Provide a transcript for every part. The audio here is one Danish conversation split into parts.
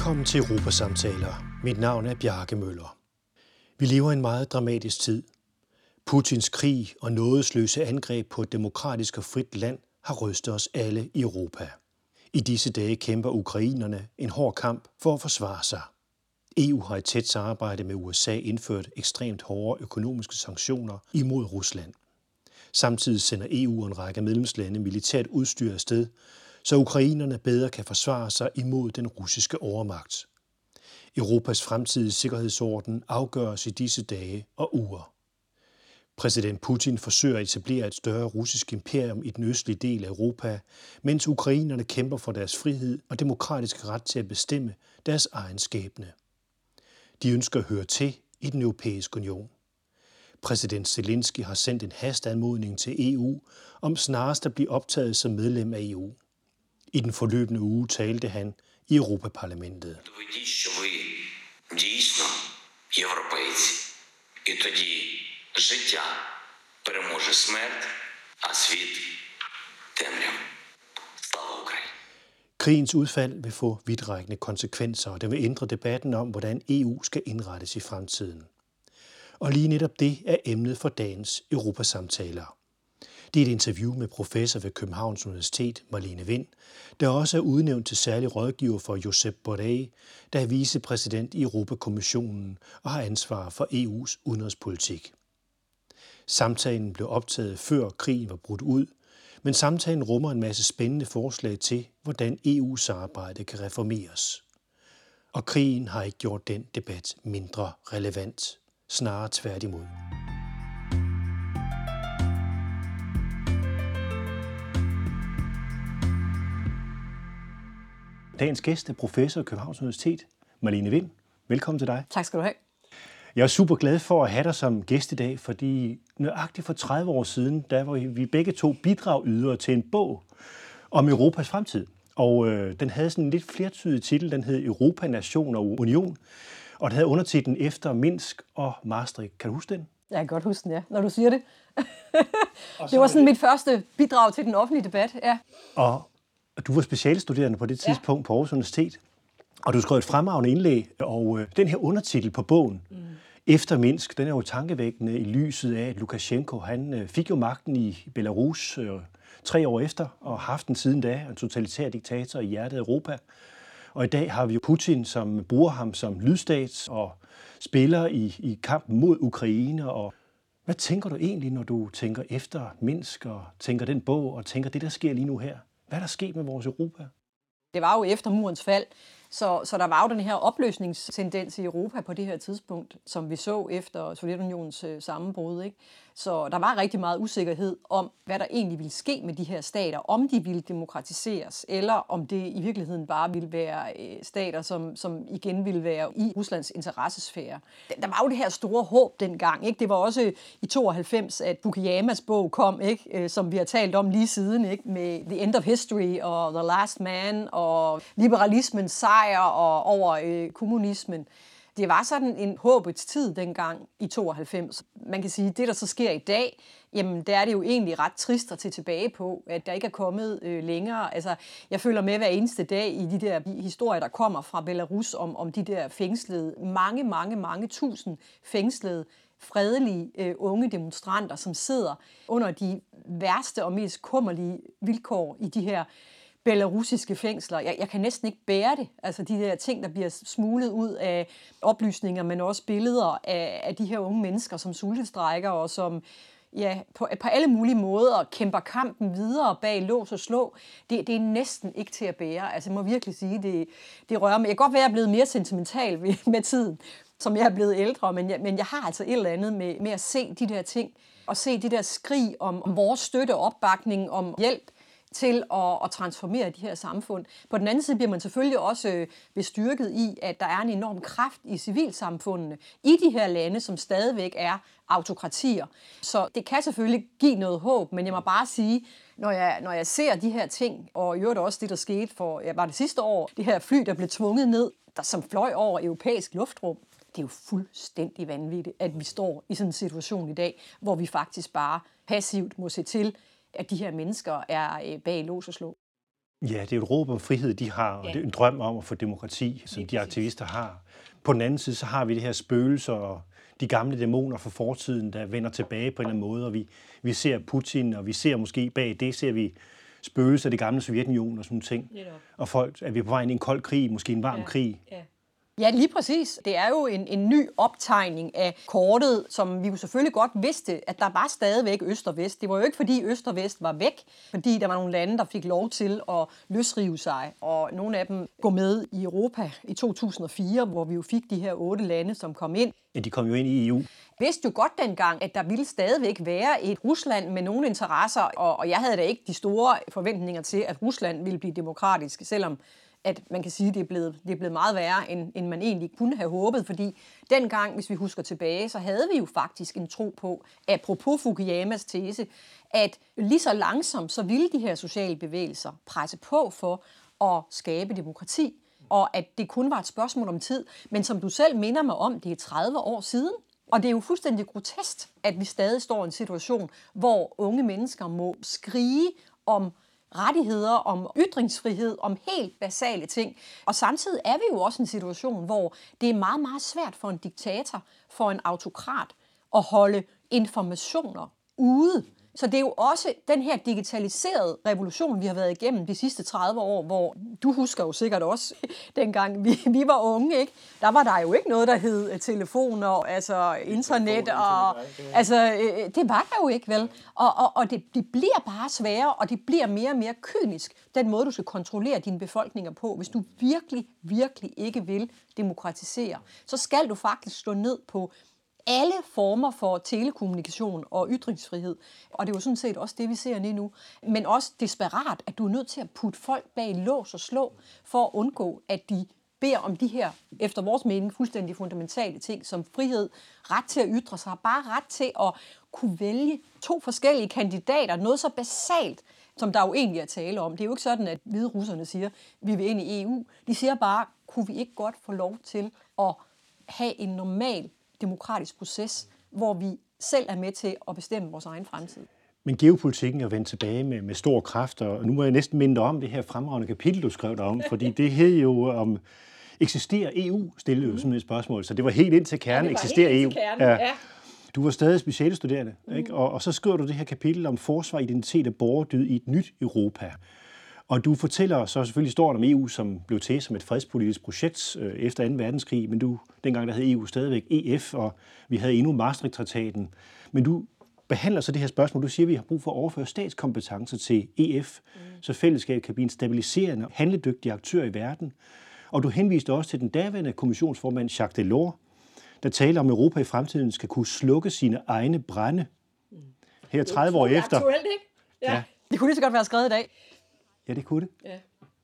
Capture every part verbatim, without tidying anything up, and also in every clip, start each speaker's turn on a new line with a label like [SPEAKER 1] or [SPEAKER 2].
[SPEAKER 1] Velkommen til Europasamtaler. Mit navn er Bjarke Møller. Vi lever i en meget dramatisk tid. Putins krig og nådesløse angreb på et demokratisk og frit land har rystet os alle i Europa. I disse dage kæmper ukrainerne en hård kamp for at forsvare sig. E U har i tæt samarbejde med U S A indført ekstremt hårde økonomiske sanktioner imod Rusland. Samtidig sender E U og en række medlemslande militært udstyr afsted, så ukrainerne bedre kan forsvare sig imod den russiske overmagt. Europas fremtidige sikkerhedsorden afgøres i disse dage og uger. Præsident Putin forsøger at etablere et større russisk imperium i den østlige del af Europa, mens ukrainerne kæmper for deres frihed og demokratiske ret til at bestemme deres egen skæbne. De ønsker at høre til i den europæiske union. Præsident Zelensky har sendt en hasteanmodning til E U om snarest at blive optaget som medlem af E U. I den forløbende uge talte han i Europaparlamentet.
[SPEAKER 2] Доведіть, що ви дійсно європейці. І тоді життя переможе смерть, а світ темряву. Слава Україні!
[SPEAKER 1] Krigens udfald vil få vidtrækkende konsekvenser, og det vil ændre debatten om, hvordan E U skal indrettes i fremtiden. Og lige netop det er emnet for dagens Europasamtaler. Det er et interview med professor ved Københavns Universitet, Marlene Wind, der også er udnævnt til særlig rådgiver for Josep Borrell, der er vicepræsident i Europakommissionen og har ansvar for E U's udenrigspolitik. Samtalen blev optaget før krigen var brudt ud, men samtalen rummer en masse spændende forslag til, hvordan E U-samarbejdet kan reformeres. Og krigen har ikke gjort den debat mindre relevant, snarere tværtimod. Dagens gæst er professor i Københavns Universitet, Marlene Wind. Velkommen til dig.
[SPEAKER 3] Tak skal du have.
[SPEAKER 1] Jeg er super glad for at have dig som gæst i dag, fordi nøjagtigt for tredive år siden, der var vi begge to bidragydere til en bog om Europas fremtid. Og øh, den havde sådan en lidt flertydig titel, den hed Europa, Nation og Union. Og den havde undertitlen Efter Minsk og Maastricht. Kan du huske den?
[SPEAKER 3] Jeg kan godt huske den, ja, når du siger det. Det var sådan mit første bidrag til den offentlige debat, ja.
[SPEAKER 1] Og du var specialstuderende på det tidspunkt ja. på Aarhus Universitet, og du skrev et fremragende indlæg, og øh, den her undertitel på bogen, mm. Efter Minsk, den er jo tankevækkende i lyset af, at Lukashenko, han øh, fik jo magten i Belarus øh, tre år efter, og har haft den siden da, en totalitær diktator i hjertet af Europa. Og i dag har vi jo Putin, som bruger ham som lydstat og spiller i, i kampen mod Ukraine. Og hvad tænker du egentlig, når du tænker efter Minsk, og tænker den bog, og tænker det, der sker lige nu her? Hvad er der sket med vores Europa?
[SPEAKER 3] Det var jo efter murens fald, så, så der var jo den her opløsningstendens i Europa på det her tidspunkt, som vi så efter Sovjetunionens øh, sammenbrud, ikke? Så der var rigtig meget usikkerhed om, hvad der egentlig ville ske med de her stater, om de ville demokratiseres, eller om det i virkeligheden bare ville være øh, stater, som, som igen ville være i Ruslands interessesfære. Der var jo det her store håb dengang, ikke? Det var også i tooghalvfems, at Fukuyamas bog kom, ikke? Øh, som vi har talt om lige siden, ikke? Med The End of History og The Last Man og liberalismens sejr og over øh, kommunismen. Det var sådan en håbets tid dengang i tooghalvfems. Man kan sige, at det, der så sker i dag, jamen der er det jo egentlig ret trist at tage tilbage på, at der ikke er kommet øh, længere. Altså, jeg følger med hver eneste dag i de der historier, der kommer fra Belarus om, om de der fængslede, mange, mange, mange tusind fængslede, fredelige øh, unge demonstranter, som sidder under de værste og mest kummerlige vilkår i de her belarusiske fængsler. Jeg, jeg kan næsten ikke bære det. Altså de der ting, der bliver smuglet ud af oplysninger, men også billeder af, af de her unge mennesker, som sultestrejker og som ja, på, på alle mulige måder kæmper kampen videre bag lås og slå. Det, det er næsten ikke til at bære. Altså jeg må virkelig sige, det, det rører mig. Jeg kan godt være, at jeg er blevet mere sentimental med tiden, som jeg er blevet ældre, men jeg, men jeg har altså et eller andet med, med at se de der ting, og se de der skrig om, om vores støtte og opbakning, om hjælp til at, at transformere de her samfund. På den anden side bliver man selvfølgelig også øh, bestyrket i, at der er en enorm kraft i civilsamfundene i de her lande, som stadigvæk er autokratier. Så det kan selvfølgelig give noget håb, men jeg må bare sige, når jeg, når jeg ser de her ting, og i øvrigt også det, der skete for, ja, var det sidste år, det her fly, der blev tvunget ned, der som fløj over europæisk luftrum, det er jo fuldstændig vanvittigt, at vi står i sådan en situation i dag, hvor vi faktisk bare passivt må se til, at de her mennesker er bag lås og slå.
[SPEAKER 1] Ja, det er et råb om frihed, de har, og ja. Det er en drøm om at få demokrati, som Lige de aktivister har. På den anden side, så har vi det her spøgelser og de gamle dæmoner fra fortiden, der vender tilbage på en eller anden måde, og vi, vi ser Putin, og vi ser måske bag det, ser vi spøgelser af det gamle Sovjetunionen og sådan nogle ting. Ja. Og folk, er vi på vej ind i en kold krig, måske en varm ja. krig.
[SPEAKER 3] Ja. Ja, lige præcis. Det er jo en, en ny optegning af kortet, som vi jo selvfølgelig godt vidste, at der var stadigvæk øst og vest. Det var jo ikke, fordi øst og vest var væk, fordi der var nogle lande, der fik lov til at løsrive sig, og nogle af dem gå med i Europa i to tusind og fire, hvor vi jo fik de her otte lande, som kom ind.
[SPEAKER 1] Ja, de kom jo ind i E U.
[SPEAKER 3] Jeg vidste jo godt dengang, at der ville stadigvæk være et Rusland med nogle interesser, og, og jeg havde da ikke de store forventninger til, at Rusland ville blive demokratisk, selvom at man kan sige, at det er blevet, det er blevet meget værre, end, end man egentlig kunne have håbet, fordi dengang, hvis vi husker tilbage, så havde vi jo faktisk en tro på, apropos Fukuyamas tese, at lige så langsomt, så ville de her sociale bevægelser presse på for at skabe demokrati, og at det kun var et spørgsmål om tid. Men som du selv minder mig om, det er tredive år siden, og det er jo fuldstændig grotesk, at vi stadig står i en situation, hvor unge mennesker må skrige om rettigheder, om ytringsfrihed, om helt basale ting. Og samtidig er vi jo også i en situation, hvor det er meget, meget svært for en diktator, for en autokrat, at holde informationer ude. Så det er jo også den her digitaliserede revolution, vi har været igennem de sidste tredive år, hvor du husker jo sikkert også, dengang vi, vi var unge, ikke? Der var der jo ikke noget, der hed telefoner, altså internet, og altså, det var der jo ikke, vel? Og, og, og det, det bliver bare sværere, og det bliver mere og mere kynisk, den måde, du skal kontrollere dine befolkninger på. Hvis du virkelig, virkelig ikke vil demokratisere, så skal du faktisk slå ned på alle former for telekommunikation og ytringsfrihed. Og det er jo sådan set også det, vi ser lige nu. Men også desperat, at du er nødt til at putte folk bag lås og slå, for at undgå, at de beder om de her, efter vores mening, fuldstændig fundamentale ting, som frihed, ret til at ytre sig, bare ret til at kunne vælge to forskellige kandidater, noget så basalt, som der jo egentlig er tale om. Det er jo ikke sådan, at hvide russerne siger, vi vil ind i E U. De siger bare, kunne vi ikke godt få lov til at have en normal demokratisk proces, hvor vi selv er med til at bestemme vores egen fremtid.
[SPEAKER 1] Men geopolitikken er vendt tilbage med, med stor kraft, og nu må jeg næsten minde dig om det her fremragende kapitel, du skrev der om, fordi det hed jo om, eksisterer E U, stillede jo sådan et spørgsmål, så det var helt ind til kernen, ja, eksisterer E U.
[SPEAKER 3] Kernen, ja. Ja.
[SPEAKER 1] Du var stadig specialstuderende, mm. ikke? Og, og så skriver du det her kapitel om forsvar, identitet og borgerdyd i et nyt Europa. Og du fortæller så selvfølgelig historien om E U, som blev til som et fredspolitisk projekt øh, efter anden verdenskrig, men du, dengang der hed E U stadigvæk E F, og vi havde endnu Maastricht-traktaten. Men du behandler så det her spørgsmål. Du siger, at vi har brug for at overføre statskompetencer til E F, mm. så fællesskabet kan blive en stabiliserende og handledygtig aktør i verden. Og du henviste også til den daværende kommissionsformand Jacques Delors, der taler om, at Europa i fremtiden skal kunne slukke sine egne brænde. Her tredive år efter.
[SPEAKER 3] Aktuelt, ikke? Ja. Ja. Det kunne lige så godt være skrevet i dag.
[SPEAKER 1] Ja, det kunne det.
[SPEAKER 3] Ja.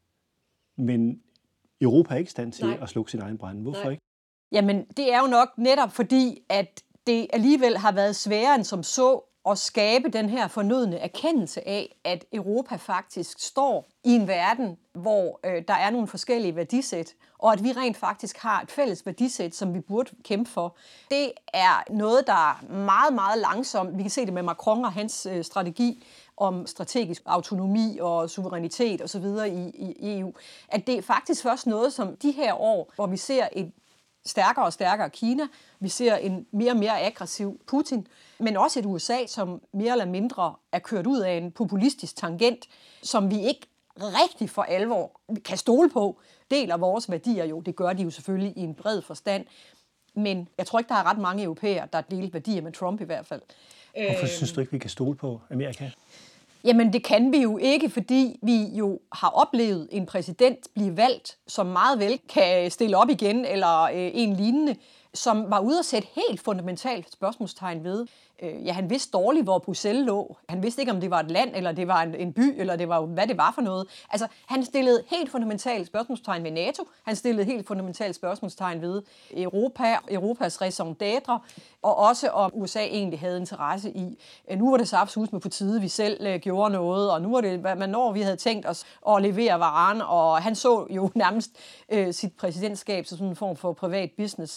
[SPEAKER 1] Men Europa er ikke i stand til
[SPEAKER 3] Nej.
[SPEAKER 1] at slukke sin egen brænde. Hvorfor
[SPEAKER 3] Nej.
[SPEAKER 1] ikke?
[SPEAKER 3] Jamen, det er jo nok netop fordi, at det alligevel har været sværere end som så at skabe den her fornødne erkendelse af, at Europa faktisk står i en verden, hvor øh, der er nogle forskellige værdisæt, og at vi rent faktisk har et fælles værdisæt, som vi burde kæmpe for. Det er noget, der er meget, meget langsomt. Vi kan se det med Macron og hans øh, strategi om strategisk autonomi og suverænitet osv. i, i E U. At det er faktisk først noget, som de her år, hvor vi ser et stærkere og stærkere Kina, vi ser en mere og mere aggressiv Putin, men også et U S A, som mere eller mindre er kørt ud af en populistisk tangent, som vi ikke rigtig for alvor kan stole på, deler vores værdier jo. Det gør de jo selvfølgelig i en bred forstand, men jeg tror ikke, der er ret mange europæere, der deler værdier med Trump i hvert fald.
[SPEAKER 1] Hvorfor synes du ikke, vi kan stole på Amerika?
[SPEAKER 3] Jamen det kan vi jo ikke, fordi vi jo har oplevet en præsident blive valgt, som meget vel kan stille op igen, eller øh, en lignende, som var ude at sætte helt fundamentalt spørgsmålstegn ved. Øh, ja, han vidste dårligt, hvor Bruxelles lå. Han vidste ikke, om det var et land, eller det var en, en by, eller det var, hvad det var for noget. Altså, han stillede helt fundamentalt spørgsmålstegn ved NATO. Han stillede helt fundamentalt spørgsmålstegn ved Europa, Europas raison d'être, og også om U S A egentlig havde interesse i. Nu var det så absolut med på tide, vi selv øh, gjorde noget, og nu var det, når vi havde tænkt os at levere varen, og han så jo nærmest øh, sit præsidentskab som sådan en form for privat business, hvor det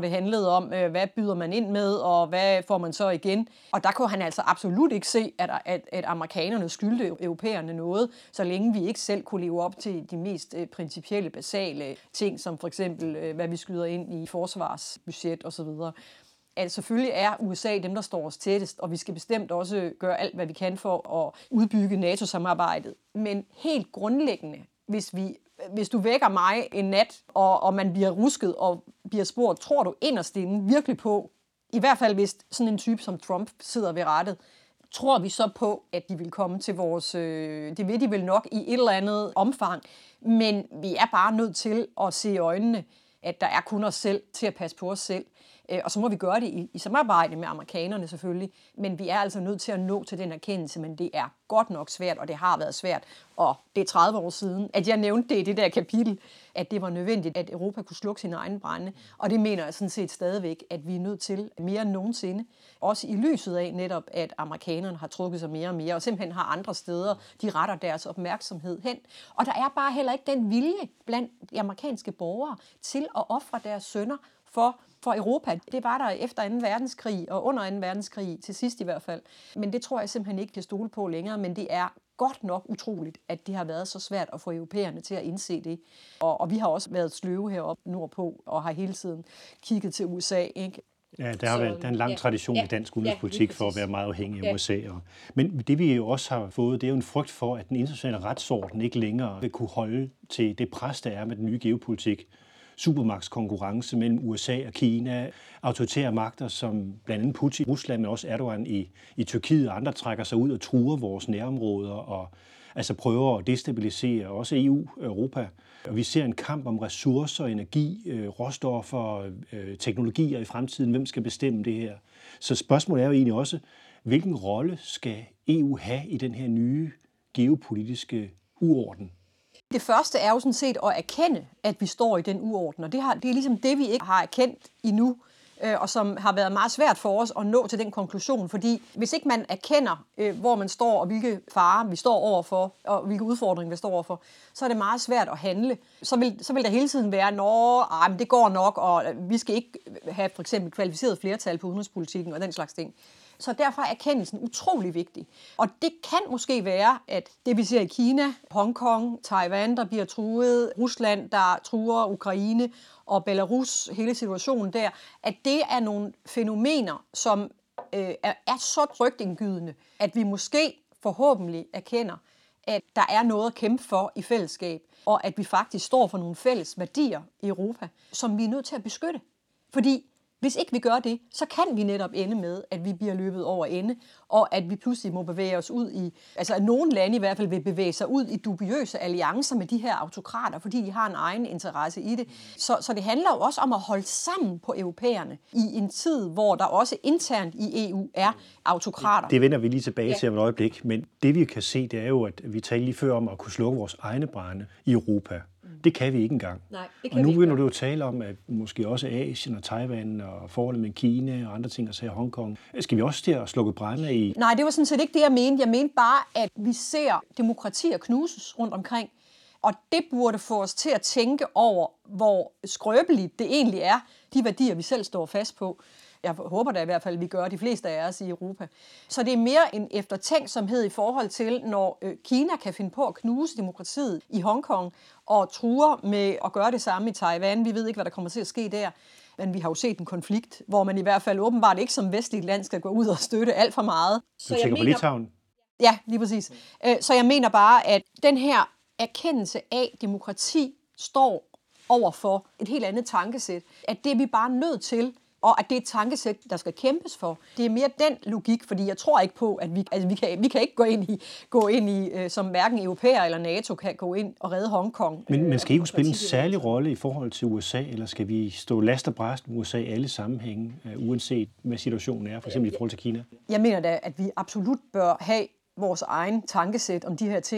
[SPEAKER 3] det handlede om, øh, hvad byder man ind med, og hvad får man så igen. Og der kunne han altså absolut ikke se, at, at, at amerikanerne skyldte europæerne noget, så længe vi ikke selv kunne leve op til de mest øh, principielle, basale ting, som for eksempel, øh, hvad vi skyder ind i forsvarsbudget osv. Altså selvfølgelig er U S A dem, der står os tættest, og vi skal bestemt også gøre alt, hvad vi kan for at udbygge NATO-samarbejdet. Men helt grundlæggende, hvis, vi, hvis du vækker mig en nat, og, og man bliver rusket og bliver spurgt, tror du inderst inde virkelig på, i hvert fald hvis sådan en type som Trump sidder ved rettet, tror vi så på, at de vil komme til vores... Øh, det vil de vel nok i et eller andet omfang, men vi er bare nødt til at se i øjnene, at der er kun os selv til at passe på os selv. Og så må vi gøre det i, i samarbejde med amerikanerne selvfølgelig, men vi er altså nødt til at nå til den erkendelse, men det er godt nok svært, og det har været svært. Og det er tredive år siden, at jeg nævnte det i det der kapitel, at det var nødvendigt, at Europa kunne slukke sin egen brænde. Og det mener jeg sådan set stadigvæk, at vi er nødt til mere end nogensinde. Også i lyset af netop, at amerikanerne har trukket sig mere og mere, og simpelthen har andre steder, de retter deres opmærksomhed hen. Og der er bare heller ikke den vilje blandt de amerikanske borgere til at ofre deres sønner for For Europa. Det var der efter anden verdenskrig og under anden verdenskrig, til sidst i hvert fald. Men det tror jeg simpelthen ikke kan stole på længere, men det er godt nok utroligt, at det har været så svært at få europæerne til at indse det. Og, og vi har også været sløve heroppe nordpå og har hele tiden kigget til U S A, ikke?
[SPEAKER 1] Ja, der har været der er en lang
[SPEAKER 4] ja,
[SPEAKER 1] tradition
[SPEAKER 4] ja,
[SPEAKER 1] i dansk
[SPEAKER 4] ja,
[SPEAKER 1] udenrigspolitik for at være meget afhængig af U S A. Og, men det vi jo også har fået, det er jo en frygt for, at den internationale retsorden ikke længere vil kunne holde til det pres, der er med den nye geopolitik. Supermagtskonkurrence mellem U S A og Kina, autoritære magter som blandt andet Putin, Rusland, men også Erdogan i, i Tyrkiet og andre trækker sig ud og truer vores nærområder og altså prøver at destabilisere også E U, Europa. Og vi ser en kamp om ressourcer, energi, øh, råstoffer, øh, teknologier i fremtiden. Hvem skal bestemme det her? Så spørgsmålet er jo egentlig også, hvilken rolle skal E U have i den her nye geopolitiske uorden?
[SPEAKER 3] Det første er jo sådan set at erkende, at vi står i den uorden, og det, har, det er ligesom det, vi ikke har erkendt endnu, øh, og som har været meget svært for os at nå til den konklusion, fordi hvis ikke man erkender, øh, hvor man står, og hvilke farer vi står overfor, og hvilke udfordringer vi står overfor, så er det meget svært at handle. Så vil, så vil der hele tiden være, nå, ej, men det går nok, og vi skal ikke have for eksempel kvalificeret flertal på udenrigspolitikken og den slags ting. Så derfor er erkendelsen utrolig vigtig. Og det kan måske være, at det vi ser i Kina, Hongkong, Taiwan, der bliver truet, Rusland, der truer Ukraine, og Belarus, hele situationen der, at det er nogle fænomener, som øh, er, er så frygtindgydende, at vi måske forhåbentlig erkender, at der er noget at kæmpe for i fællesskab, og at vi faktisk står for nogle fælles værdier i Europa, som vi er nødt til at beskytte. Fordi hvis ikke vi gør det, så kan vi netop ende med, at vi bliver løbet over ende, og at vi pludselig må bevæge os ud i, altså at nogle lande i hvert fald vil bevæge sig ud i dubiøse alliancer med de her autokrater, fordi de har en egen interesse i det. Så, så det handler jo også om at holde sammen på europæerne i en tid, hvor der også internt i E U er autokrater.
[SPEAKER 1] Det vender vi lige tilbage
[SPEAKER 3] Ja.
[SPEAKER 1] til om et øjeblik, men det vi kan se, det er jo, at vi talte lige før om at kunne slukke vores egne brænde i Europa. Det kan vi ikke engang.
[SPEAKER 3] Nej, det kan
[SPEAKER 1] og nu
[SPEAKER 3] vi ikke.
[SPEAKER 1] begynder du jo at tale om, at måske også Asien og Taiwan og forholdet med Kina og andre ting, og så her Hongkong. Skal vi også til at slukke brænde i?
[SPEAKER 3] Nej, det var sådan set ikke det, jeg mente. Jeg mente bare, at vi ser demokratier knuses rundt omkring. Og det burde få os til at tænke over, hvor skrøbeligt det egentlig er, de værdier, vi selv står fast på. Jeg håber da i hvert fald, at vi gør de fleste af os i Europa. Så det er mere en eftertænksomhed i forhold til, når Kina kan finde på at knuse demokratiet i Hongkong og truer med at gøre det samme i Taiwan. Vi ved ikke, hvad der kommer til at ske der. Men vi har jo set en konflikt, hvor man i hvert fald åbenbart ikke som vestligt land skal gå ud og støtte alt for meget.
[SPEAKER 1] Du tænker på Litauen?
[SPEAKER 3] Ja, lige præcis. Så jeg mener bare, at den her erkendelse af demokrati står over for et helt andet tankesæt. At det er vi bare nødt til, og at det er et tankesæt, der skal kæmpes for. Det er mere den logik, fordi jeg tror ikke på, at vi, altså vi, kan, vi kan ikke gå ind i, gå ind i øh, som hverken europæer eller NATO kan gå ind og redde Hongkong.
[SPEAKER 1] Men, men skal I jo spille en særlig rolle i forhold til U S A, eller skal vi stå last og bræst med U S A i alle sammenhænge, uanset hvad situationen er, for eksempel i forhold til Kina?
[SPEAKER 3] Jeg mener da, at vi absolut bør have vores egen tankesæt om de her ting,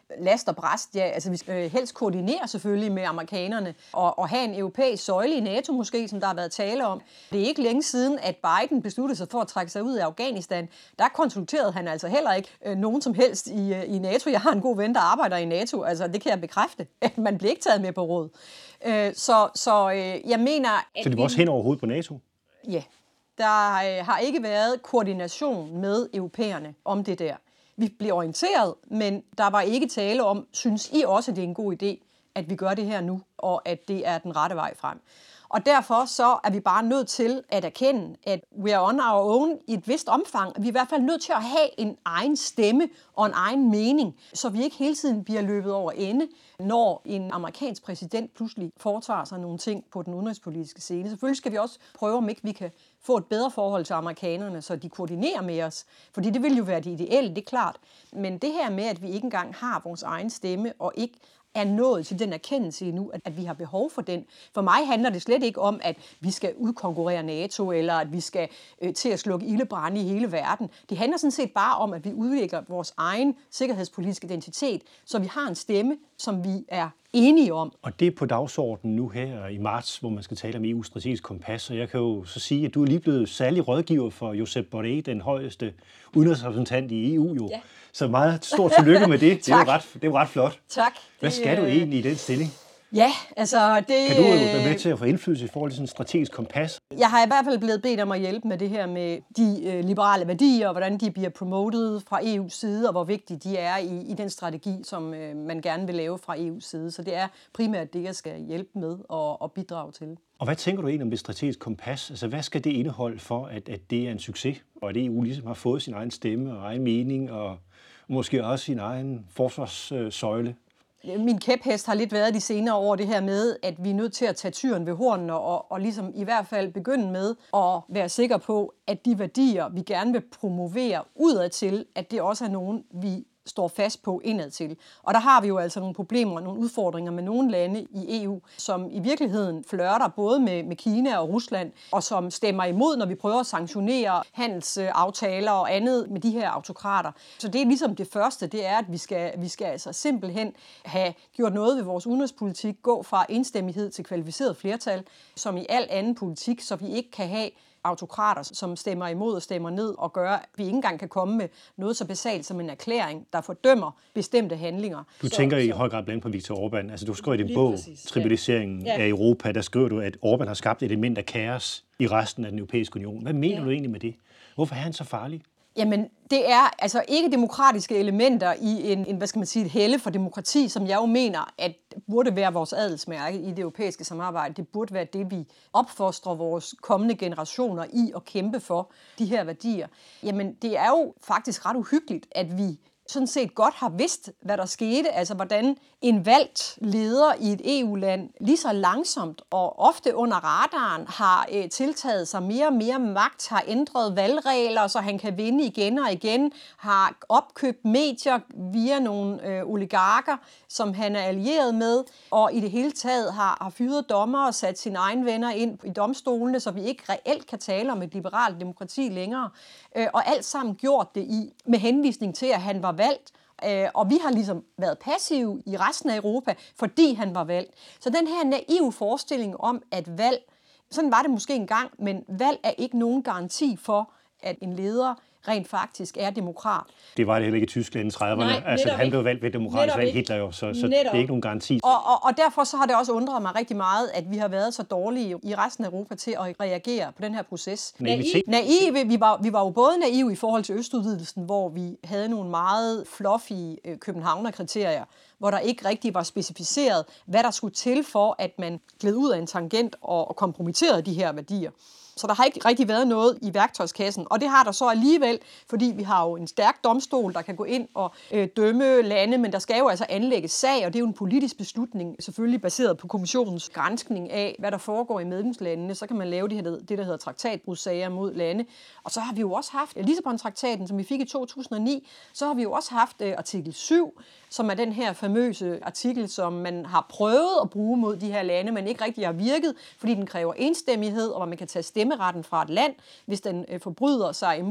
[SPEAKER 3] last og bræst. Ja, altså vi skal helst koordinere selvfølgelig med amerikanerne og, og have en europæisk søjle i NATO måske, som der har været tale om. Det er ikke længe siden, at Biden besluttede sig for at trække sig ud af Afghanistan. Der konsulterede han altså heller ikke øh, nogen som helst i, øh, i NATO. Jeg har en god ven, der arbejder i NATO. Altså det kan jeg bekræfte. Man bliver ikke taget med på råd. Øh, så så øh, jeg mener... At
[SPEAKER 1] så det var også hen over hovedet på NATO?
[SPEAKER 3] Ja. Der øh, har ikke været koordination med europæerne om det der. Vi blev orienteret, men der var ikke tale om, synes I også, det er en god idé, at vi gør det her nu, og at det er den rette vej frem. Og derfor så er vi bare nødt til at erkende, at we are on our own i et vist omfang. Vi er i hvert fald nødt til at have en egen stemme og en egen mening, så vi ikke hele tiden bliver løbet over ende, når en amerikansk præsident pludselig foretager sig nogle ting på den udenrigspolitiske scene. Selvfølgelig skal vi også prøve, om ikke vi kan få et bedre forhold til amerikanerne, så de koordinerer med os. Fordi det vil jo være det ideelle, det er klart. Men det her med, at vi ikke engang har vores egen stemme, og ikke er nået til den erkendelse endnu, at, at vi har behov for den. For mig handler det slet ikke om, at vi skal udkonkurrere NATO, eller at vi skal øh, til at slukke ildebrande i hele verden. Det handler sådan set bare om, at vi udvikler vores egen sikkerhedspolitiske identitet, så vi har en stemme, som vi er enige om.
[SPEAKER 1] Og det er på dagsordenen nu her i marts, hvor man skal tale om E U's strategisk kompas. Og jeg kan jo så sige, at du er lige blevet særlig rådgiver for Josep Borrell, den højeste udenrigsrepræsentant i E U jo. Ja. Så meget stort tillykke med det. Det er jo ret, det er jo ret flot.
[SPEAKER 3] Tak.
[SPEAKER 1] Hvad skal du egentlig i den stilling?
[SPEAKER 3] Ja, altså det...
[SPEAKER 1] Kan du jo være med til at få indflydelse i forhold til sådan en strategisk kompas?
[SPEAKER 3] Jeg har i hvert fald blevet bedt om at hjælpe med det her med de øh, liberale værdier, og hvordan de bliver promotet fra E U's side, og hvor vigtige de er i, i den strategi, som øh, man gerne vil lave fra E U's side. Så det er primært det, jeg skal hjælpe med og, og bidrage til.
[SPEAKER 1] Og hvad tænker du egentlig om det strategiske kompas? Altså, hvad skal det indeholde for, at, at det er en succes, og at E U ligesom har fået sin egen stemme og egen mening, og måske også sin egen forsvarssøjle?
[SPEAKER 3] Min kæphest har lidt været de senere år det her med, at vi er nødt til at tage tyren ved hornene og, og ligesom i hvert fald begynde med at være sikre på, at de værdier, vi gerne vil promovere udadtil, at det også er nogen, vi står fast på indadtil. Og der har vi jo altså nogle problemer og nogle udfordringer med nogle lande i E U, som i virkeligheden flirter både med, med Kina og Rusland, og som stemmer imod, når vi prøver at sanktionere handelsaftaler og andet med de her autokrater. Så det er ligesom det første, det er, at vi skal, vi skal altså simpelthen have gjort noget ved vores udenrigspolitik, gå fra enstemmighed til kvalificeret flertal, som i al anden politik, så vi ikke kan have autokrater, som stemmer imod og stemmer ned og gør, at vi ikke engang kan komme med noget så basalt som en erklæring, der fordømmer bestemte handlinger.
[SPEAKER 1] Du så, tænker så... i høj grad blandt på Viktor Orbán. Altså, du skriver i din bog, præcis. Tribaliseringen ja. af Europa, der skriver du, at Orbán har skabt et element af kaos i resten af den europæiske union. Hvad mener ja. du egentlig med det? Hvorfor er han så farlig?
[SPEAKER 3] Jamen, det er altså ikke demokratiske elementer i en, en hvad skal man sige, et helle for demokrati, som jeg jo mener, at burde være vores adelsmærke i det europæiske samarbejde. Det burde være det, vi opfostrer vores kommende generationer i at kæmpe for, de her værdier. Jamen, det er jo faktisk ret uhyggeligt, at vi sådan set godt har vidst, hvad der skete, altså hvordan en valgt leder i et E U-land lige så langsomt og ofte under radaren har øh, tiltaget sig mere og mere magt, har ændret valgregler, så han kan vinde igen og igen, har opkøbt medier via nogle øh, oligarker, som han er allieret med, og i det hele taget har, har fyret dommer og sat sine egne venner ind i domstolene, så vi ikke reelt kan tale om et liberalt demokrati længere. Øh, og alt sammen gjort det i med henvisning til, at han var valgt, øh, og vi har ligesom været passive i resten af Europa, fordi han var valgt. Så den her naive forestilling om, at valg, sådan var det måske engang, men valg er ikke nogen garanti for, at en leder rent faktisk er demokrat.
[SPEAKER 1] Det var det heller ikke i Tyskland i trediverne. Nej, altså, han blev valgt ved demokratisk valg, Hitler jo, så, så det er ikke nogen garanti.
[SPEAKER 3] Og, og, og derfor så har det også undret mig rigtig meget, at vi har været så dårlige i resten af Europa til at reagere på den her proces.
[SPEAKER 1] Naive.
[SPEAKER 3] Naive, vi var, vi var jo både naive i forhold til østudvidelsen, hvor vi havde nogle meget fluffy øh, københavnerkriterier, hvor der ikke rigtig var specificeret, hvad der skulle til for, at man gled ud af en tangent og, og kompromitterede de her værdier. Så der har ikke rigtig været noget i værktøjskassen, og det har der så alligevel, fordi vi har jo en stærk domstol, der kan gå ind og øh, dømme lande, men der skal jo altså anlægges sag, og det er jo en politisk beslutning, selvfølgelig baseret på kommissionens granskning af, hvad der foregår i medlemslandene. Så kan man lave det, her, det der hedder traktatbrudssager mod lande. Og så har vi jo også haft Lissabon-traktaten, som vi fik i to tusind og ni, så har vi jo også haft øh, artikel syv, som er den her famøse artikel, som man har prøvet at bruge mod de her lande, men ikke rigtig har virket, fordi den kræver enstemmighed, og man kan tage stemmeretten fra et land, hvis den øh, forbryder sig imod de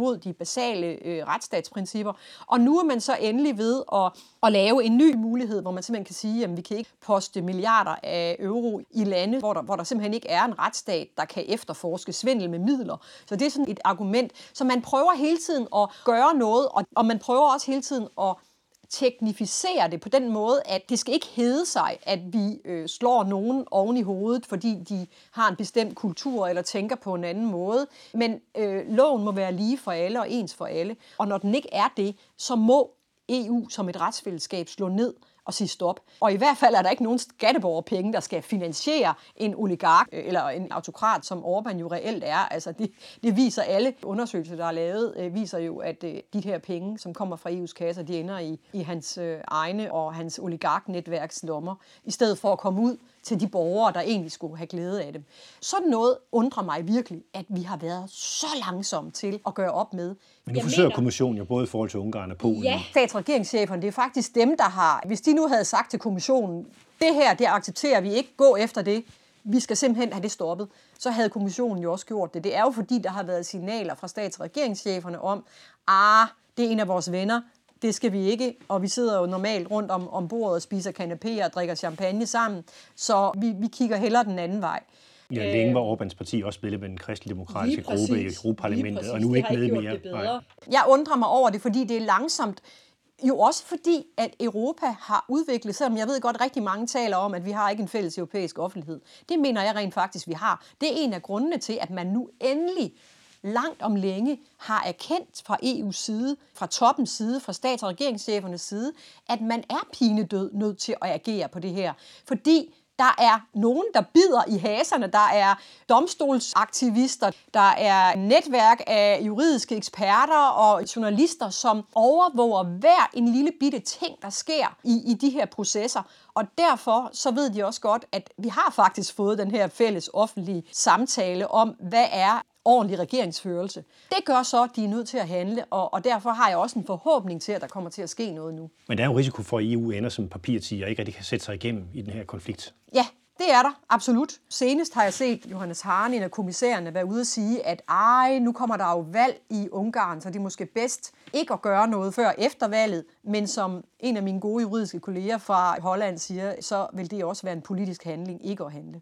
[SPEAKER 3] basale øh, retsstatsprincipper. Og nu er man så endelig ved at, at lave en ny mulighed, hvor man simpelthen kan sige, at vi kan ikke poste milliarder af euro i lande, hvor der, hvor der simpelthen ikke er en retsstat, der kan efterforske svindel med midler. Så det er sådan et argument. Så man prøver hele tiden at gøre noget, og, og man prøver også hele tiden at teknificere det på den måde, at det skal ikke hedde sig, at vi øh, slår nogen oven i hovedet, fordi de har en bestemt kultur eller tænker på en anden måde. Men øh, loven må være lige for alle og ens for alle. Og når den ikke er det, så må E U som et retsfællesskab slå ned og sige stop. Og i hvert fald er der ikke nogen skatteborgerpenge, der skal finansiere en oligark eller en autokrat, som Orbán jo reelt er. Altså det, det viser alle undersøgelser, der er lavet, øh, viser jo, at øh, de her penge, som kommer fra E U's kasser, de ender i, i hans øh, egne og hans oligarknetværks lommer, i stedet for at komme ud til de borgere, der egentlig skulle have glæde af dem. Sådan noget undrer mig virkelig, at vi har været så langsomme til at gøre op med.
[SPEAKER 1] Men nu forsøger mener... kommissionen jo både i forhold til Ungarn og Polen.
[SPEAKER 3] Ja, statsregeringscheferne, det er faktisk dem, der har, hvis de nu havde sagt til kommissionen, det her, det accepterer vi ikke, gå efter det, vi skal simpelthen have det stoppet, så havde kommissionen jo også gjort det. Det er jo fordi, der har været signaler fra statsregeringscheferne om, ah, det er en af vores venner, det skal vi ikke, og vi sidder jo normalt rundt om, om bordet og spiser kanapéer og drikker champagne sammen, så vi, vi kigger hellere den anden vej.
[SPEAKER 1] Ja, længe var Orbáns parti også medlem af den kristelig-demokratiske gruppe i Europaparlamentet, og nu ikke med mere.
[SPEAKER 3] Jeg undrer mig over det, fordi det er langsomt. Jo også fordi, at Europa har udviklet, selvom jeg ved godt, at rigtig mange taler om, at vi har ikke en fælles europæisk offentlighed. Det mener jeg rent faktisk, vi har. Det er en af grundene til, at man nu endelig langt om længe har erkendt fra E U's side, fra toppens side, fra stats- og regeringschefernes side, at man er pinedød nødt til at agere på det her. Fordi der er nogen, der bider i haserne, der er domstolsaktivister, der er netværk af juridiske eksperter og journalister, som overvåger hver en lille bitte ting, der sker i, i de her processer. Og derfor så ved de også godt, at vi har faktisk fået den her fælles offentlige samtale om, hvad er ordentlig regeringsførelse. Det gør så, at de er nødt til at handle, og, og derfor har jeg også en forhåbning til, at der kommer til at ske noget nu.
[SPEAKER 1] Men der er jo risiko for, at E U ender som papirtiger og ikke rigtig kan sætte sig igennem i den her konflikt.
[SPEAKER 3] Ja, det er der, absolut. Senest har jeg set Johannes Hahn, en af kommissærerne, være ude og sige, at ej, nu kommer der jo valg i Ungarn, så det er måske bedst ikke at gøre noget før efter valget, men som en af mine gode juridiske kolleger fra Holland siger, så vil det også være en politisk handling, ikke at handle.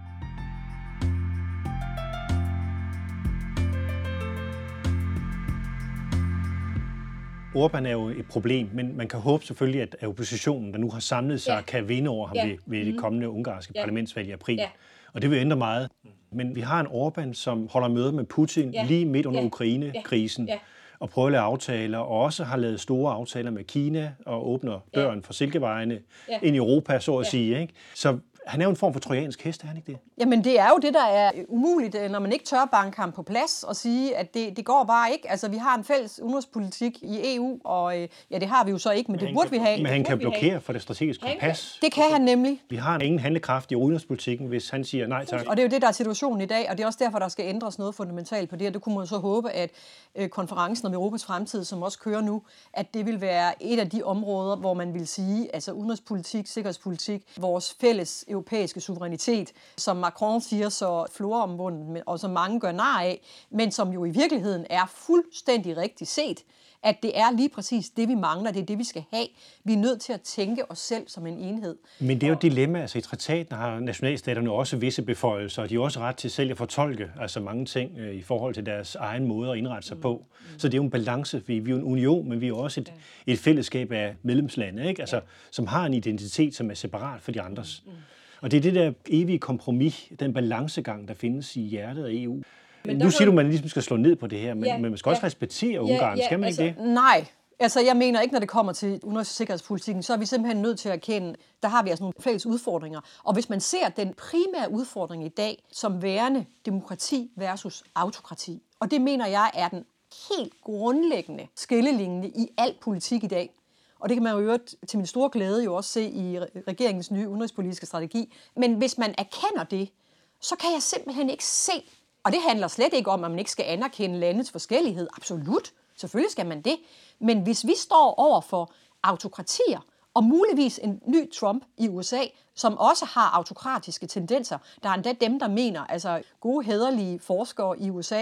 [SPEAKER 1] Orbán er jo et problem, men man kan håbe selvfølgelig, at oppositionen, der nu har samlet sig, ja. kan vinde over ham ja. ved, ved det kommende ungarske ja. parlamentsvalg i april. Ja. Og det vil ændre meget. Men vi har en Orbán, som holder møder med Putin ja. lige midt under ja. Ukraine-krisen, ja. Ja. og prøver at lave aftaler, og også har lavet store aftaler med Kina, og åbner døren ja. for silkevejene ja. ind i Europa, så at ja. sige. Ikke? Så han er jo en form for trojansk hest, er han ikke det?
[SPEAKER 3] Jamen, det er jo det, der er umuligt, når man ikke tør banke ham på plads og sige, at det, det går bare ikke. Altså, vi har en fælles udenrigspolitik i E U, og ja, det har vi jo så ikke, men, men det burde
[SPEAKER 1] kan,
[SPEAKER 3] vi have.
[SPEAKER 1] Men han kan blokere for det strategiske kompas.
[SPEAKER 3] Det kan han nemlig.
[SPEAKER 1] Vi har ingen handlekraft i udenrigspolitikken, hvis han siger nej tak.
[SPEAKER 3] Og det er jo det, der er situationen i dag, og det er også derfor, der skal ændres noget fundamentalt på det, og det kunne man så håbe, at øh, konferencen om Europas fremtid, som også kører nu, at det vil være et af de områder, hvor man vil sige, altså udenrigspolitik, sikkerhedspolitik, vores fælles europæiske suverænitet, som Macron siger så floromvunden, og som mange gør nar af, men som jo i virkeligheden er fuldstændig rigtigt set, at det er lige præcis det, vi mangler, det er det, vi skal have. Vi er nødt til at tænke os selv som en enhed.
[SPEAKER 1] Men det er jo et dilemma. Altså i traktaten har nationalstaterne også visse beføjelser, og de har også ret til selv at fortolke altså mange ting øh, i forhold til deres egen måde at indrette sig mm. på. Mm. Så det er jo en balance. Vi, vi er jo en union, men vi er jo også et, et fællesskab af medlemslande, ikke? Altså, som har en identitet, som er separat for de andres. Mm. Og det er det der evige kompromis, den balancegang, der findes i hjertet af E U. Men nu siger du, at man ligesom skal slå ned på det her, men, ja, men man skal også ja, respektere Ungarn. Ja, ja, skal man
[SPEAKER 3] altså,
[SPEAKER 1] ikke det?
[SPEAKER 3] Nej. Altså, jeg mener ikke, når det kommer til udenrigs- og sikkerhedspolitikken, så er vi simpelthen nødt til at erkende, der har vi altså nogle fælles udfordringer. Og hvis man ser den primære udfordring i dag som værende demokrati versus autokrati, og det mener jeg er den helt grundlæggende skillelinje i al politik i dag. Og det kan man jo øvrigt til min store glæde jo også se i regeringens nye udenrigspolitiske strategi. Men hvis man erkender det, så kan jeg simpelthen ikke se, og det handler slet ikke om, at man ikke skal anerkende landets forskellighed. Absolut, selvfølgelig skal man det. Men hvis vi står over for autokratier, og muligvis en ny Trump i U S A, som også har autokratiske tendenser. Der er endda dem, der mener, altså gode, hæderlige forskere i U S A,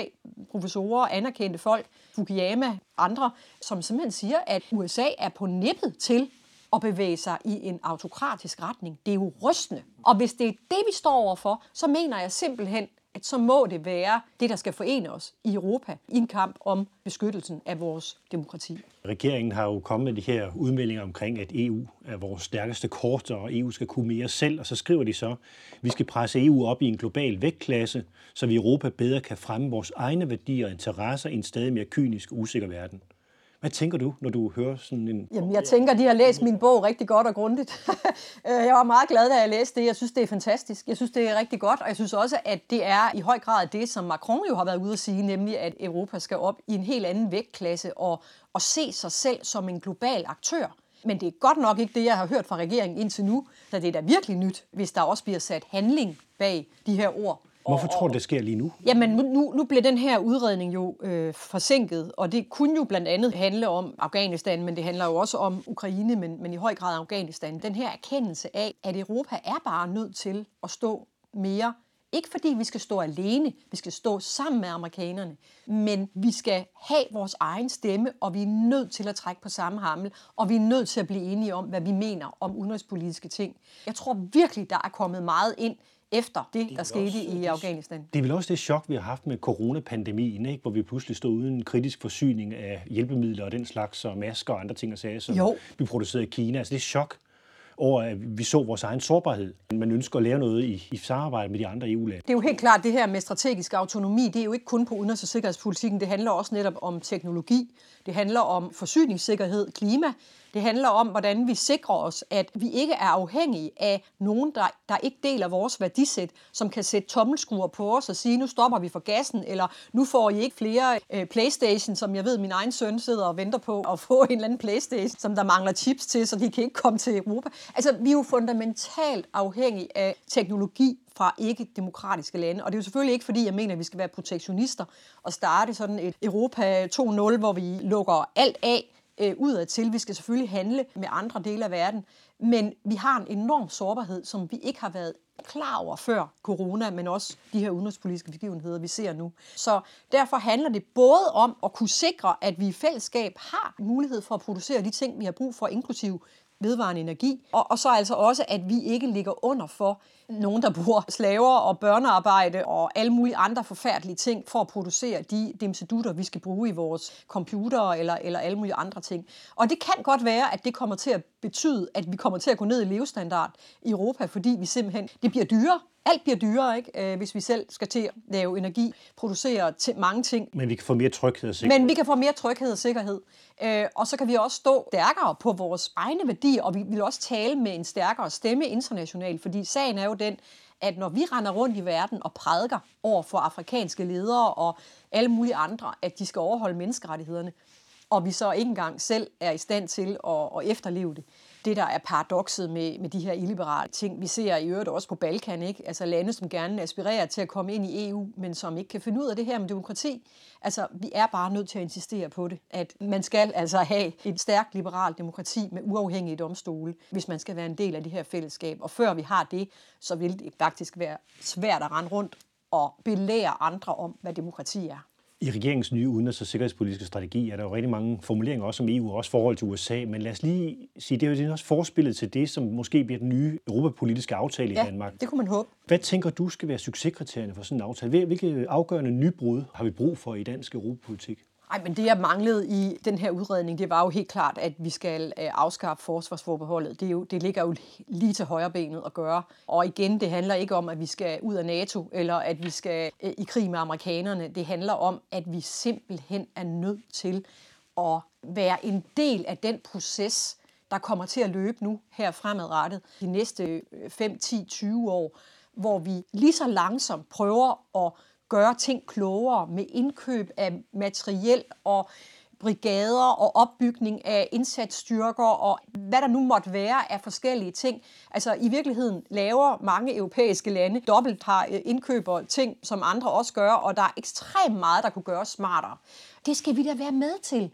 [SPEAKER 3] professorer, anerkendte folk, Fukuyama, andre, som simpelthen siger, at U S A er på nippet til at bevæge sig i en autokratisk retning. Det er jo rystende. Og hvis det er det, vi står overfor, så mener jeg simpelthen, at så må det være det, der skal forene os i Europa i en kamp om beskyttelsen af vores demokrati.
[SPEAKER 1] Regeringen har jo kommet med de her udmeldinger omkring, at E U er vores stærkeste kort, og E U skal kunne mere selv. Og så skriver de så, at vi skal presse E U op i en global vægtklasse, så vi i Europa bedre kan fremme vores egne værdier og interesser i en stadig mere kynisk og usikker verden. Hvad tænker du, når du hører sådan en...
[SPEAKER 3] Jamen, jeg tænker, de har læst min bog rigtig godt og grundigt. Jeg var meget glad, da jeg læste det. Jeg synes, det er fantastisk. Jeg synes, det er rigtig godt, og jeg synes også, at det er i høj grad det, som Macron jo har været ude at sige, nemlig at Europa skal op i en helt anden vægtklasse og, og se sig selv som en global aktør. Men det er godt nok ikke det, jeg har hørt fra regeringen indtil nu, så det er da virkelig nyt, hvis der også bliver sat handling bag de her ord.
[SPEAKER 1] Hvorfor tror du, det sker lige nu?
[SPEAKER 3] Jamen, nu, nu bliver den her udredning jo øh, forsinket, og det kunne jo blandt andet handle om Afghanistan, men det handler jo også om Ukraine, men, men i høj grad Afghanistan. Den her erkendelse af, at Europa er bare nødt til at stå mere. Ikke fordi vi skal stå alene, vi skal stå sammen med amerikanerne, men vi skal have vores egen stemme, og vi er nødt til at trække på samme hammel, og vi er nødt til at blive enige om, hvad vi mener om udenrigspolitiske ting. Jeg tror virkelig, der er kommet meget ind efter det, der skete også, i Afghanistan.
[SPEAKER 1] Det er vel også det chok, vi har haft med coronapandemien, ikke? Hvor vi pludselig stod uden kritisk forsyning af hjælpemidler og den slags, og masker og andre ting og sager, som jo. vi producerede i Kina. Altså det er chok over, at vi så vores egen sårbarhed. Man ønsker at lave noget i, i samarbejde med de andre E U-lande.
[SPEAKER 3] Det er jo helt klart, det her med strategisk autonomi, det er jo ikke kun på udenrigs- og sikkerhedspolitikken, det handler også netop om teknologi, det handler om forsyningssikkerhed, klima, det handler om, hvordan vi sikrer os, at vi ikke er afhængige af nogen, der, der ikke deler vores værdisæt, som kan sætte tommelskruer på os og sige, nu stopper vi for gassen, eller nu får I ikke flere øh, PlayStation, som jeg ved, min egen søn sidder og venter på at få en eller anden PlayStation, som der mangler chips til, så de kan ikke komme til Europa. Altså, vi er jo fundamentalt afhængige af teknologi fra ikke-demokratiske lande. Og det er jo selvfølgelig ikke, fordi jeg mener, at vi skal være protektionister og starte sådan et Europa to nul, hvor vi lukker alt af øh, udadtil. Vi skal selvfølgelig handle med andre dele af verden. Men vi har en enorm sårbarhed, som vi ikke har været klar over før corona, men også de her udenrigspolitiske begivenheder, vi ser nu. Så derfor handler det både om at kunne sikre, at vi i fællesskab har mulighed for at producere de ting, vi har brug for, inklusive vedvarende energi, og, og så altså også, at vi ikke ligger under for nogen, der bruger slaver og børnearbejde og alle mulige andre forfærdelige ting for at producere de dimsedutter, vi skal bruge i vores computere eller, eller alle mulige andre ting. Og det kan godt være, at det kommer til at betyde, at vi kommer til at gå ned i levestandard i Europa, fordi vi simpelthen, det bliver dyrere. Alt bliver dyrere, ikke? Hvis vi selv skal til at lave energi, producere t- mange ting.
[SPEAKER 1] Men vi kan få mere tryghed og sikkerhed.
[SPEAKER 3] Men vi kan få mere tryghed og sikkerhed. Og så kan vi også stå stærkere på vores egne værdier, og vi vil også tale med en stærkere stemme internationalt, fordi sagen er jo den, at når vi render rundt i verden og prædiker over for afrikanske ledere og alle mulige andre, at de skal overholde menneskerettighederne, og vi så ikke engang selv er i stand til at, at efterleve det. Det, der er paradokset med, med de her illiberale ting. Vi ser i øvrigt også på Balkan, ikke? Altså lande, som gerne aspirerer til at komme ind i E U, men som ikke kan finde ud af det her med demokrati. Altså, vi er bare nødt til at insistere på det, at man skal altså have et stærkt liberalt demokrati med uafhængige domstole, hvis man skal være en del af det her fællesskab. Og før vi har det, så vil det faktisk være svært at rende rundt og belære andre om, hvad demokrati er.
[SPEAKER 1] I regeringens nye udenrigs- og sikkerhedspolitiske strategi er der jo rigtig mange formuleringer også om E U og også forhold til U S A, men lad os lige sige, det er jo også forspillet til det, som måske bliver den nye europapolitiske aftale
[SPEAKER 3] ja,
[SPEAKER 1] i Danmark.
[SPEAKER 3] Det kunne man håbe.
[SPEAKER 1] Hvad tænker du skal være succeskriterierne for sådan en aftale? Hvilke afgørende nybrud har vi brug for i dansk europapolitik?
[SPEAKER 3] Nej, men det, jeg manglede i den her udredning, det var jo helt klart, at vi skal afskaffe forsvarsforbeholdet. Det, er jo, det ligger jo lige til højrebenet at gøre. Og igen, det handler ikke om, at vi skal ud af NATO, eller at vi skal i krig med amerikanerne. Det handler om, at vi simpelthen er nødt til at være en del af den proces, der kommer til at løbe nu her fremadrettet de næste fem, ti, tyve år, hvor vi lige så langsomt prøver at gøre ting klogere med indkøb af materiel og brigader og opbygning af indsatsstyrker og hvad der nu måtte være af forskellige ting. Altså i virkeligheden laver mange europæiske lande dobbelt har indkøber ting, som andre også gør, og der er ekstremt meget, der kunne gøres smartere. Det skal vi da være med til.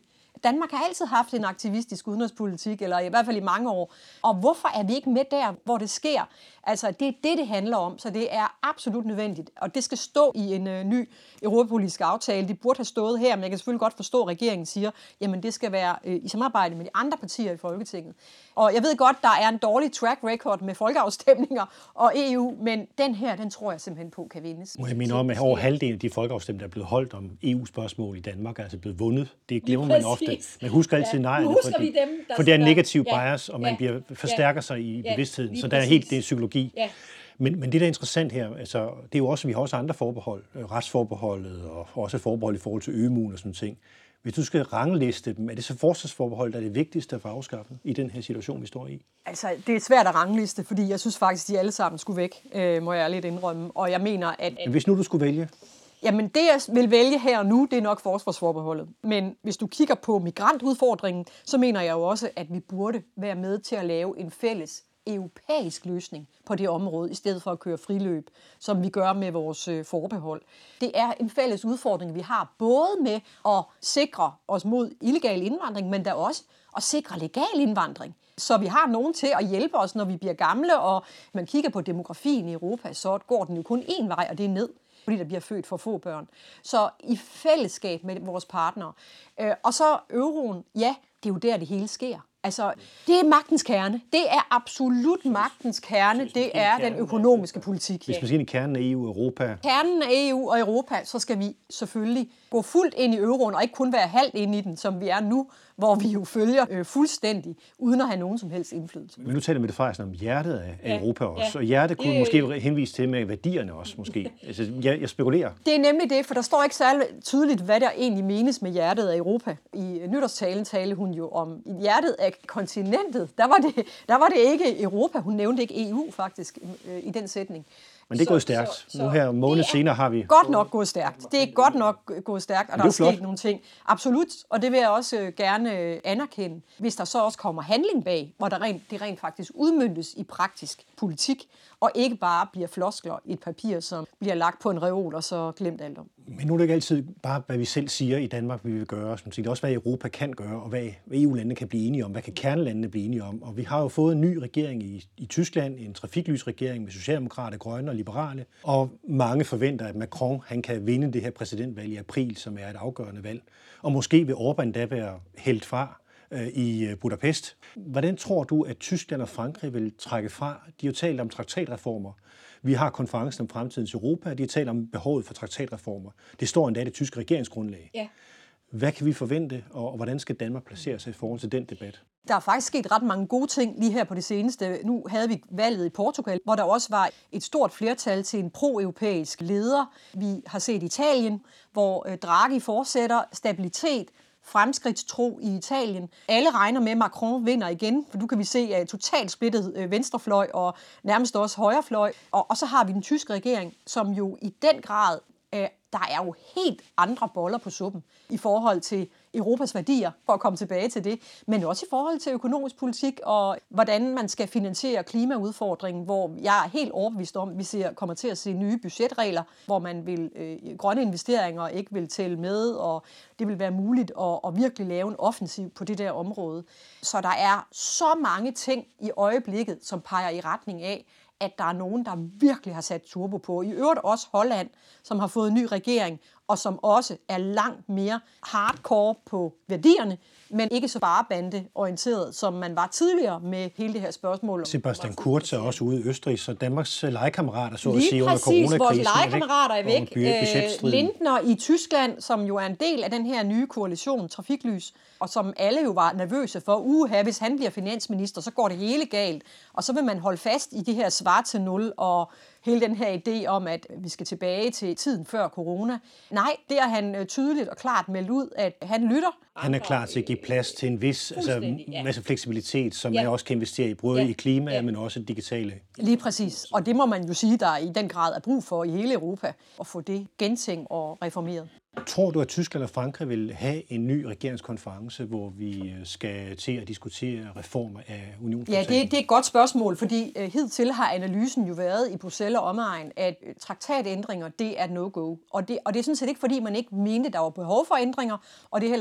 [SPEAKER 3] Danmark har altid haft en aktivistisk udenrigspolitik, eller i hvert fald i mange år. Og hvorfor er vi ikke med der, hvor det sker? Altså, det er det, det handler om, så det er absolut nødvendigt. Og det skal stå i en øh, ny europapolitisk aftale. Det burde have stået her, men jeg kan selvfølgelig godt forstå, at regeringen siger, jamen det skal være øh, i samarbejde med de andre partier i Folketinget. Og jeg ved godt, der er en dårlig track record med folkeafstemninger og E U, men den her, den tror jeg simpelthen på kan vindes.
[SPEAKER 1] Må jeg minde om, at over halvdelen af de folkeafstemninger, der er blevet holdt om E U-spørgsmål i Danmark, er altså blevet vundet. Det glemmer man ofte. Man husker altid nej, fordi, dem, for det er en negativ bias, og man ja, bliver, forstærker ja, sig i ja, bevidstheden. Så der er helt det er psykologi. Ja. Men, men det, der er interessant her, altså, det er jo også, vi har også andre forbehold, retsforbeholdet og også forbehold i forhold til ømuen og sådan ting. Hvis du skal rangliste dem, er det så forsvarsforbehold, der er det vigtigste at få afskaffet i den her situation, vi står i?
[SPEAKER 3] Altså, det er svært at rangliste, fordi jeg synes faktisk, de alle sammen skulle væk, øh, må jeg lidt indrømme. Og jeg mener, at...
[SPEAKER 1] Men hvis nu du skulle vælge?
[SPEAKER 3] Jamen, det jeg vil vælge her og nu, det er nok forsvarsforbeholdet. Men hvis du kigger på migrantudfordringen, så mener jeg jo også, at vi burde være med til at lave en fælles europæisk løsning på det område, i stedet for at køre friløb, som vi gør med vores øh, forbehold. Det er en fælles udfordring, vi har, både med at sikre os mod illegal indvandring, men der også at sikre legal indvandring. Så vi har nogen til at hjælpe os, når vi bliver gamle, og man kigger på demografien i Europa, så går den jo kun én vej, og det er ned, fordi der bliver født for få børn. Så i fællesskab med vores partnere. Øh, og så euroen, ja, det er jo der, det hele sker. Altså, det er magtens kerne. Det er absolut magtens kerne. Det er den økonomiske politik.
[SPEAKER 1] Hvis man siger i kernen af E U og Europa.
[SPEAKER 3] Kernen af E U og Europa, så skal vi selvfølgelig gå fuldt ind i euroen, og ikke kun være halvt ind i den, som vi er nu, hvor vi jo følger øh, fuldstændig, uden at have nogen som helst indflydelse.
[SPEAKER 1] Men nu taler Mette Frederiksen om hjertet af ja, Europa også, ja. Og hjertet kunne øh, måske henvise til med værdierne også, måske. Altså, jeg, jeg spekulerer.
[SPEAKER 3] Det er nemlig det, for der står ikke særlig tydeligt, hvad der egentlig menes med hjertet af Europa. I nytårstalen talte hun jo om hjertet af kontinentet. Der var det, der var det ikke Europa. Hun nævnte ikke E U faktisk øh, i den sætning.
[SPEAKER 1] Men det er gået stærkt. Så, så, nu her måned senere har vi...
[SPEAKER 3] godt nok gået stærkt. Det er godt nok gået stærkt, og der er, er sket flot. Nogle ting. Absolut, og det vil jeg også gerne anerkende, hvis der så også kommer handling bag, hvor der rent, det rent faktisk udmøntes i praktisk politik, og ikke bare bliver floskler i et papir, som bliver lagt på en reol, og så glemt alt om.
[SPEAKER 1] Men nu er det ikke altid bare, hvad vi selv siger i Danmark, vi vil gøre. Som siger, det er også, hvad Europa kan gøre, og hvad E U-landene kan blive enige om. Hvad kan kernelandene blive enige om? Og vi har jo fået en ny regering i, i Tyskland, en trafiklysregering med socialdemokrater, grønne og liberale. Og mange forventer, at Macron han kan vinde det her præsidentvalg i april, som er et afgørende valg. Og måske vil Orbán da være hældt fra øh, i Budapest. Hvordan tror du, at Tyskland og Frankrig vil trække fra? De har jo talt om traktatreformer. Vi har konferencen om fremtidens Europa, de har talt om behovet for traktatreformer. Det står endda i det tyske regeringsgrundlag. Ja. Hvad kan vi forvente, og hvordan skal Danmark placere sig i forhold til den debat?
[SPEAKER 3] Der er faktisk sket ret mange gode ting lige her på det seneste. Nu havde vi valget i Portugal, hvor der også var et stort flertal til en pro-europæisk leder. Vi har set Italien, hvor Draghi fortsætter stabilitet, fremskridtstro i Italien. Alle regner med, at Macron vinder igen, for du kan vi se at totalt splittet venstrefløj og nærmest også højrefløj. Og, og så har vi den tyske regering, som jo i den grad, øh, der er jo helt andre boller på suppen i forhold til Europas værdier, for at komme tilbage til det, men også i forhold til økonomisk politik og hvordan man skal finansiere klimaudfordringen, hvor jeg er helt overbevist om, at vi ser, kommer til at se nye budgetregler, hvor man vil øh, grønne investeringer ikke vil tælle med, og det vil være muligt at, at virkelig lave en offensiv på det der område. Så der er så mange ting i øjeblikket, som peger i retning af, at der er nogen, der virkelig har sat turbo på. I øvrigt også Holland, som har fået en ny regering, og som også er langt mere hardcore på værdierne, men ikke så barebande-orienteret, som man var tidligere med hele det her spørgsmål.
[SPEAKER 1] Sebastian Kurz er også ude i Østrig, så Danmarks legekammerater, så at
[SPEAKER 3] Lige
[SPEAKER 1] sige, under
[SPEAKER 3] præcis,
[SPEAKER 1] coronakrisen.
[SPEAKER 3] Vores legekammerater er væk. Øh, Lindner i Tyskland, som jo er en del af den her nye koalition, Trafiklys, og som alle jo var nervøse for, uha, hvis han bliver finansminister, så går det hele galt. Og så vil man holde fast i det her svar til nul, og hele den her idé om, at vi skal tilbage til tiden før corona. Nej, det er han tydeligt og klart meldt ud, at han lytter.
[SPEAKER 1] Han er klar til at give plads til en vis altså, masse fleksibilitet, som ja. man også kan investere i, både ja. i klima, ja. men også digitale.
[SPEAKER 3] Lige præcis. Og det må man jo sige, der i den grad er brug for i hele Europa, at få det gentænkt og reformeret.
[SPEAKER 1] Tror du, at Tyskland og Frankrig vil have en ny regeringskonference, hvor vi skal til at diskutere reformer af unionstraktaten?
[SPEAKER 3] Ja, det, det er et godt spørgsmål, fordi uh, hidtil har analysen jo været i Bruxelles og omegn, at uh, traktatændringer, det er no-go. Og det, og det er sådan set ikke, fordi man ikke mente, der var behov for ændringer, og det er heller ikke, fordi man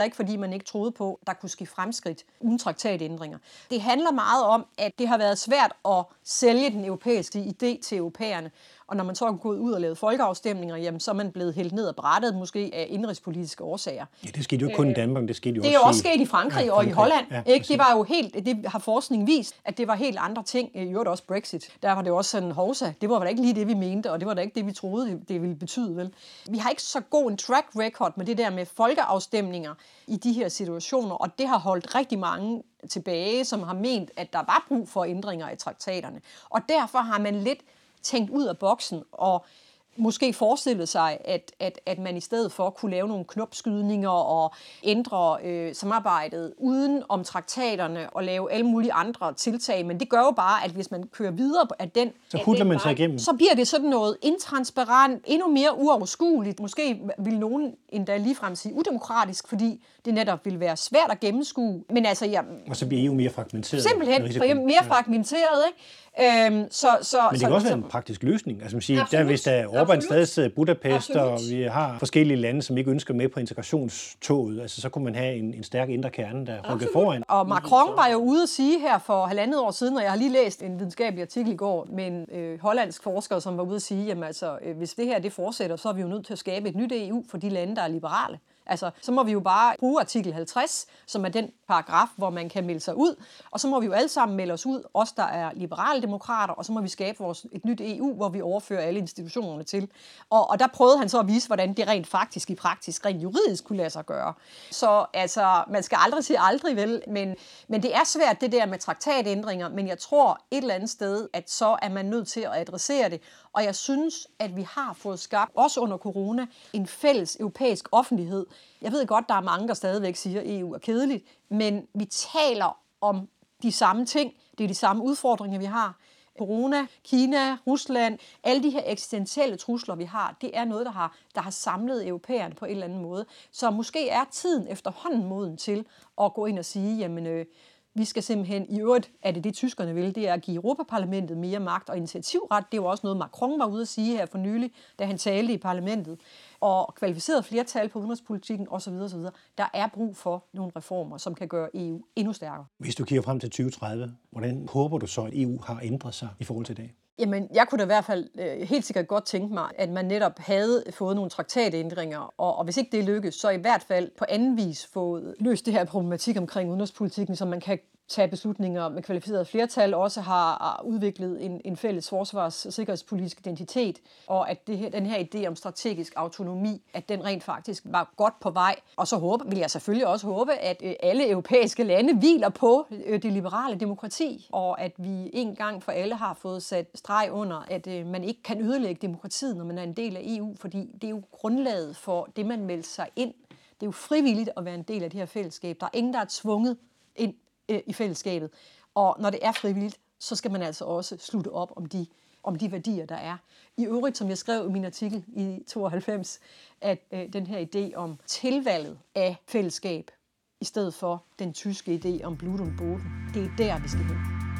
[SPEAKER 3] man ikke troede på, der kunne ske fremskridt uden traktatændringer. Det handler meget om, at det har været svært at sælge den europæiske idé til europæerne. Og når man så er gået ud og lavet folkeafstemninger, jamen, så er man blevet hældt ned og brættet, måske af indrigspolitiske årsager.
[SPEAKER 1] Ja, det skete jo ikke kun i Danmark, det skete jo
[SPEAKER 3] det
[SPEAKER 1] også
[SPEAKER 3] er jo også
[SPEAKER 1] i...
[SPEAKER 3] sket i Frankrig
[SPEAKER 1] ja,
[SPEAKER 3] og i Holland.
[SPEAKER 1] Ja,
[SPEAKER 3] ikke? Det var jo helt, det har forskning vist, at det var helt andre ting. I øvrigt også Brexit. Der var det også sådan, hovsa, det var da ikke lige det, vi mente, og det var da ikke det, vi troede, det, det ville betyde, vel? Vi har ikke så god en track record med det der med folkeafstemninger i de her situationer, og det har holdt rigtig mange tilbage, som har ment, at der var brug for ændringer i traktaterne. Og derfor har man lidt tænkt ud af boksen og måske forestillet sig, at, at, at man i stedet for kunne lave nogle knopskydninger og ændre øh, samarbejdet uden om traktaterne og lave alle mulige andre tiltag. Men det gør jo bare, at hvis man kører videre af den,
[SPEAKER 1] så hudler man sig igennem.
[SPEAKER 3] Så bliver det sådan noget intransparent, endnu mere uoverskueligt. Måske vil nogen endda ligefrem sige udemokratisk, fordi det netop vil være svært at gennemskue. Men altså, ja,
[SPEAKER 1] og så bliver E U mere fragmenteret.
[SPEAKER 3] Simpelthen mere fragmenteret, ikke? Øhm, så, så,
[SPEAKER 1] Men det kan
[SPEAKER 3] så,
[SPEAKER 1] også
[SPEAKER 3] så,
[SPEAKER 1] være en praktisk løsning. Altså man siger, der, hvis der Orbán stadig sidder i Budapest, absolut, og vi har forskellige lande, som ikke ønsker med på integrationstoget, altså så kunne man have en, en stærk indre kerne, der rykker foran.
[SPEAKER 3] Og Macron var jo ude at sige her for halvandet år siden, og jeg har lige læst en videnskabelig artikel i går med en øh, hollandsk forsker, som var ude at sige, jamen altså, øh, hvis det her det fortsætter, så er vi jo nødt til at skabe et nyt E U for de lande, der er liberale. Altså, så må vi jo bare bruge artikel halvtreds, som er den paragraf, hvor man kan melde sig ud, og så må vi jo alle sammen melde os ud, os der er liberale demokrater, og så må vi skabe vores, et nyt E U, hvor vi overfører alle institutionerne til. Og, og der prøvede han så at vise, hvordan det rent faktisk i praksis, rent juridisk kunne lade sig gøre. Så altså, man skal aldrig sige aldrig vel, men, men det er svært det der med traktatændringer, men jeg tror et eller andet sted, at så er man nødt til at adressere det, og jeg synes, at vi har fået skabt, også under corona, en fælles europæisk offentlighed. Jeg ved godt, der er mange, der stadigvæk siger, at E U er kedeligt, men vi taler om de samme ting. Det er de samme udfordringer, vi har. Corona, Kina, Rusland, alle de her eksistentielle trusler, vi har, det er noget, der har, der har samlet europæerne på en eller anden måde. Så måske er tiden efterhånden moden til at gå ind og sige, jamen, øh, vi skal simpelthen, i øvrigt er det det, tyskerne vil, det er at give Europaparlamentet mere magt og initiativret. Det var også noget, Macron var ude at sige her for nylig, da han talte i parlamentet. Og kvalificeret flertal på udenrigspolitikken osv. osv. Der er brug for nogle reformer, som kan gøre E U endnu stærkere.
[SPEAKER 1] Hvis du kigger frem til tyve tredive, hvordan håber du så, at E U har ændret sig i forhold til i dag?
[SPEAKER 3] Jamen, jeg kunne da i hvert fald øh, helt sikkert godt tænke mig, at man netop havde fået nogle traktatændringer, og, og hvis ikke det lykkes, så i hvert fald på anden vis fået løst det her problematik omkring udenrigspolitikken, så man kan tage beslutninger med kvalificeret flertal, også har udviklet en, en fælles forsvars- og sikkerhedspolitisk identitet, og at det her, den her idé om strategisk autonomi, at den rent faktisk var godt på vej. Og så håber, vil jeg selvfølgelig også håbe, at øh, alle europæiske lande hviler på øh, det liberale demokrati, og at vi en gang for alle har fået sat streg under, at øh, man ikke kan ødelægge demokratiet, når man er en del af E U, fordi det er jo grundlaget for det, man melder sig ind. Det er jo frivilligt at være en del af det her fællesskab. Der er ingen, der er tvunget ind i fællesskabet. Og når det er frivilligt, så skal man altså også slutte op om de, om de værdier, der er. I øvrigt, som jeg skrev i min artikel i tooghalvfems, at øh, den her idé om tilvalget af fællesskab, i stedet for den tyske idé om Blut und Boden, det er der, vi skal hen.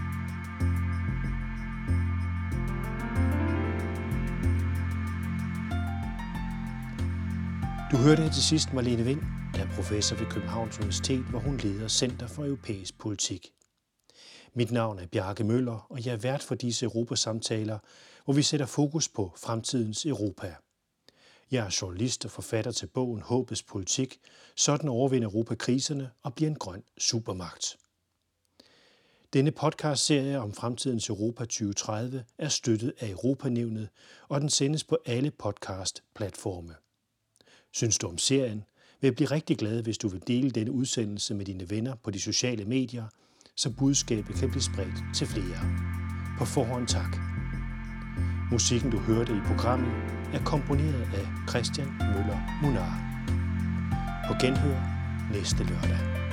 [SPEAKER 1] Du hørte her til sidst Marlene Wind, der er professor ved Københavns Universitet, hvor hun leder Center for Europæisk Politik. Mit navn er Bjarke Møller, og jeg er vært for disse Europasamtaler, hvor vi sætter fokus på fremtidens Europa. Jeg er journalist og forfatter til bogen Håbets Politik, sådan overvinder Europa kriserne og bliver en grøn supermagt. Denne podcastserie om fremtidens Europa tyve tredive er støttet af Europanævnet, og den sendes på alle podcast-platforme. Synes du om serien? Vil jeg blive rigtig glad, hvis du vil dele denne udsendelse med dine venner på de sociale medier, så budskabet kan blive spredt til flere. På forhånd tak. Musikken, du hørte i programmet, er komponeret af Christian Møller Munar. På genhør næste lørdag.